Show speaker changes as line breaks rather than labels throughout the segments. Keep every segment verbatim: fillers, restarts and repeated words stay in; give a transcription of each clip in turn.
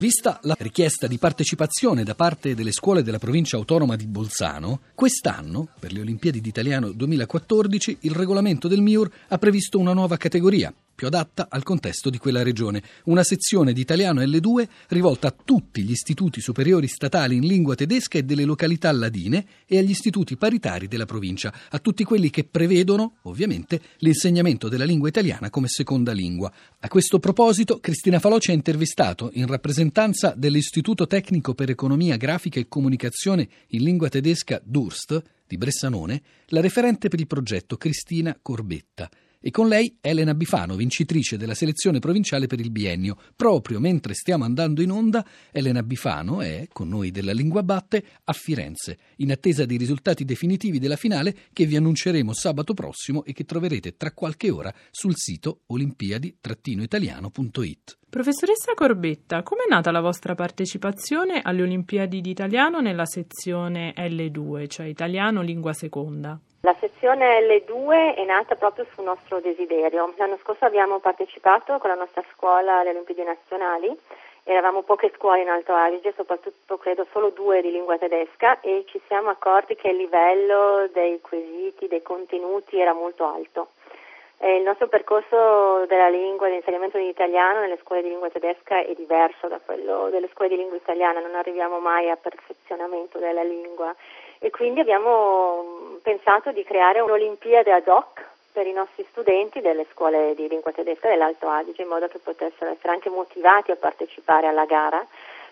Vista la richiesta di partecipazione da parte delle scuole della provincia autonoma di Bolzano, quest'anno, per le Olimpiadi d'Italiano duemilaquattordici, il regolamento del M I U R ha previsto una nuova categoria, più adatta al contesto di quella regione, una sezione di italiano L due rivolta a tutti gli istituti superiori statali in lingua tedesca e delle località ladine e agli istituti paritari della provincia, a tutti quelli che prevedono, ovviamente, l'insegnamento della lingua italiana come seconda lingua. A questo proposito, Cristina Falò ci ha intervistato in rappresentanza dell'Istituto Tecnico per Economia, Grafica e Comunicazione in lingua tedesca Durst di Bressanone, la referente per il progetto Cristina Corbetta. E con lei Elena Bifano, vincitrice della selezione provinciale per il biennio. Proprio mentre stiamo andando in onda, Elena Bifano è, con noi della Lingua Batte, a Firenze, in attesa dei risultati definitivi della finale che vi annunceremo sabato prossimo e che troverete tra qualche ora sul sito olimpiadi italiano punto it.
Professoressa Corbetta, com'è nata la vostra partecipazione alle Olimpiadi di Italiano nella sezione L due, cioè italiano lingua seconda?
La sezione L due è nata proprio su nostro desiderio. L'anno scorso abbiamo partecipato con la nostra scuola alle Olimpiadi nazionali. Eravamo poche scuole in Alto Adige, soprattutto credo solo due di lingua tedesca, e ci siamo accorti che il livello dei quesiti, dei contenuti era molto alto. E il nostro percorso della lingua, dell'insegnamento di italiano nelle scuole di lingua tedesca è diverso da quello delle scuole di lingua italiana, non arriviamo mai a perfezionamento della lingua e quindi abbiamo pensato di creare un'Olimpiade ad hoc per i nostri studenti delle scuole di lingua tedesca dell'Alto Adige, in modo che potessero essere anche motivati a partecipare alla gara,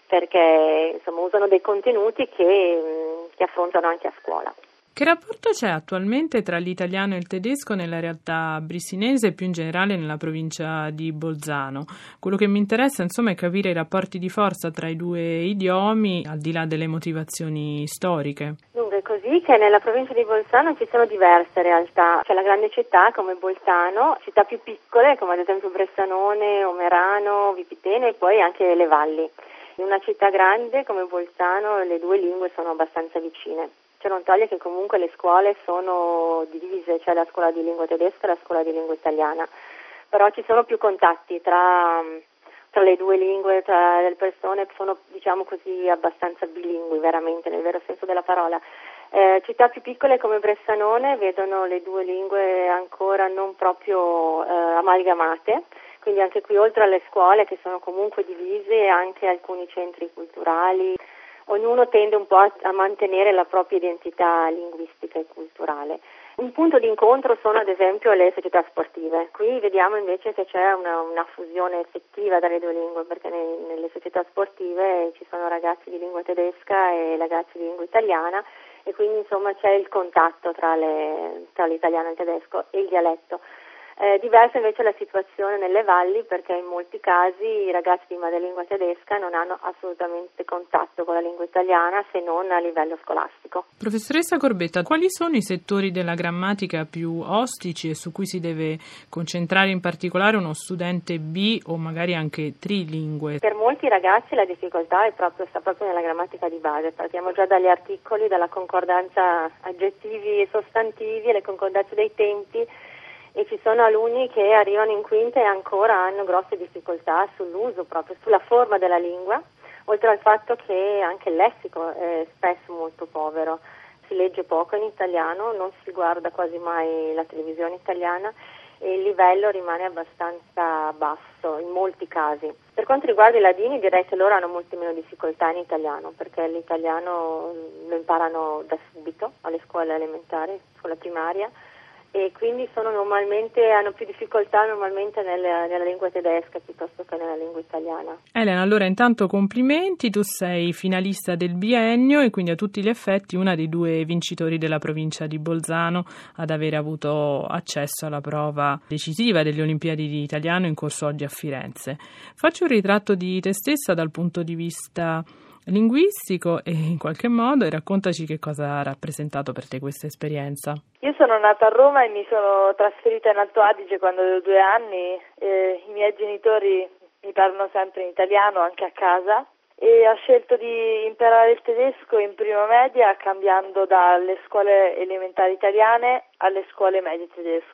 perché insomma usano dei contenuti che, che affrontano anche a scuola.
Che rapporto c'è attualmente tra l'italiano e il tedesco nella realtà brissinese e più in generale nella provincia di Bolzano? Quello che mi interessa, insomma, è capire i rapporti di forza tra i due idiomi, al di là delle motivazioni storiche.
Dunque, è così che nella provincia di Bolzano ci sono diverse realtà. C'è la grande città come Bolzano, città più piccole come ad esempio Bressanone, Omerano, Vipiteno e poi anche le valli. In una città grande come Bolzano le due lingue sono abbastanza vicine. Ciò non toglie che comunque le scuole sono divise, c'è la scuola di lingua tedesca e la scuola di lingua italiana, però ci sono più contatti tra, tra le due lingue, tra le persone sono, diciamo così, abbastanza bilingui veramente, nel vero senso della parola. Eh, città più piccole come Bressanone vedono le due lingue ancora non proprio eh, amalgamate, quindi anche qui oltre alle scuole che sono comunque divise, anche alcuni centri culturali. Ognuno tende un po' a mantenere la propria identità linguistica e culturale. Un punto di incontro sono ad esempio le società sportive. Qui vediamo invece che c'è una, una fusione effettiva dalle due lingue, perché nei, nelle società sportive ci sono ragazzi di lingua tedesca e ragazzi di lingua italiana e quindi insomma c'è il contatto tra, le, tra l'italiano e il tedesco e il dialetto. Eh, diversa invece la situazione nelle valli, perché in molti casi i ragazzi di madrelingua tedesca non hanno assolutamente contatto con la lingua italiana se non a livello scolastico.
Professoressa Corbetta, quali sono i settori della grammatica più ostici e su cui si deve concentrare in particolare uno studente bi o magari anche trilingue?
Per molti ragazzi la difficoltà è proprio, sta proprio nella grammatica di base. Partiamo già dagli articoli, dalla concordanza aggettivi e sostantivi e le concordanze dei tempi. E ci sono alunni che arrivano in quinta e ancora hanno grosse difficoltà sull'uso, proprio sulla forma della lingua, oltre al fatto che anche il lessico è spesso molto povero. Si legge poco in italiano, non si guarda quasi mai la televisione italiana e il livello rimane abbastanza basso in molti casi. Per quanto riguarda i ladini, direi che loro hanno molte meno difficoltà in italiano, perché l'italiano lo imparano da subito alle scuole elementari, scuola primaria, e quindi sono normalmente hanno più difficoltà normalmente nella, nella lingua tedesca piuttosto che nella lingua italiana.
Elena, allora intanto complimenti, tu sei finalista del biennio e quindi a tutti gli effetti una dei due vincitori della provincia di Bolzano ad avere avuto accesso alla prova decisiva delle Olimpiadi di Italiano in corso oggi a Firenze. Facci un ritratto di te stessa dal punto di vista linguistico e in qualche modo e raccontaci che cosa ha rappresentato per te questa esperienza.
Io sono nata a Roma e mi sono trasferita in Alto Adige quando avevo due anni. E i miei genitori mi parlano sempre in italiano anche a casa e ho scelto di imparare il tedesco in prima media cambiando dalle scuole elementari italiane alle scuole medie tedesche.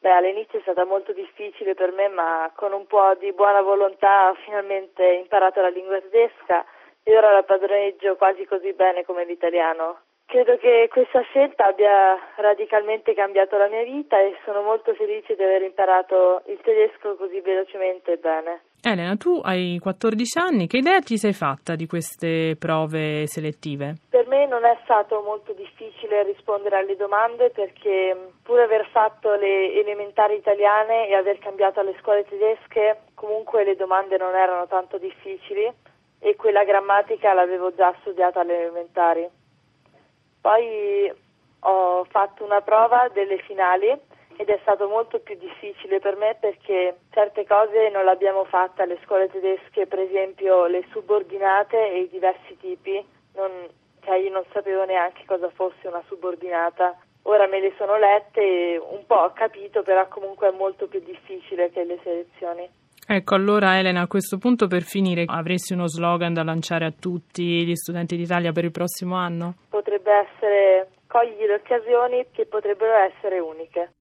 Beh, all'inizio è stata molto difficile per me, ma con un po' di buona volontà ho finalmente imparato la lingua tedesca e ora la padroneggio quasi così bene come l'italiano. Credo che questa scelta abbia radicalmente cambiato la mia vita e sono molto felice di aver imparato il tedesco così velocemente e bene.
Elena, tu hai quattordici anni, che idea ti sei fatta di queste prove selettive?
Per me non è stato molto difficile rispondere alle domande perché pur aver fatto le elementari italiane e aver cambiato alle scuole tedesche, comunque le domande non erano tanto difficili e quella grammatica l'avevo già studiata alle elementari. Poi ho fatto una prova delle finali ed è stato molto più difficile per me perché certe cose non le abbiamo fatte alle scuole tedesche, per esempio le subordinate e i diversi tipi, non, cioè io non sapevo neanche cosa fosse una subordinata. Ora me le sono lette e un po' ho capito, però comunque è molto più difficile che le selezioni.
Ecco, allora Elena, a questo punto per finire avresti uno slogan da lanciare a tutti gli studenti d'Italia per il prossimo anno?
Potrebbe essere cogli le occasioni che potrebbero essere uniche.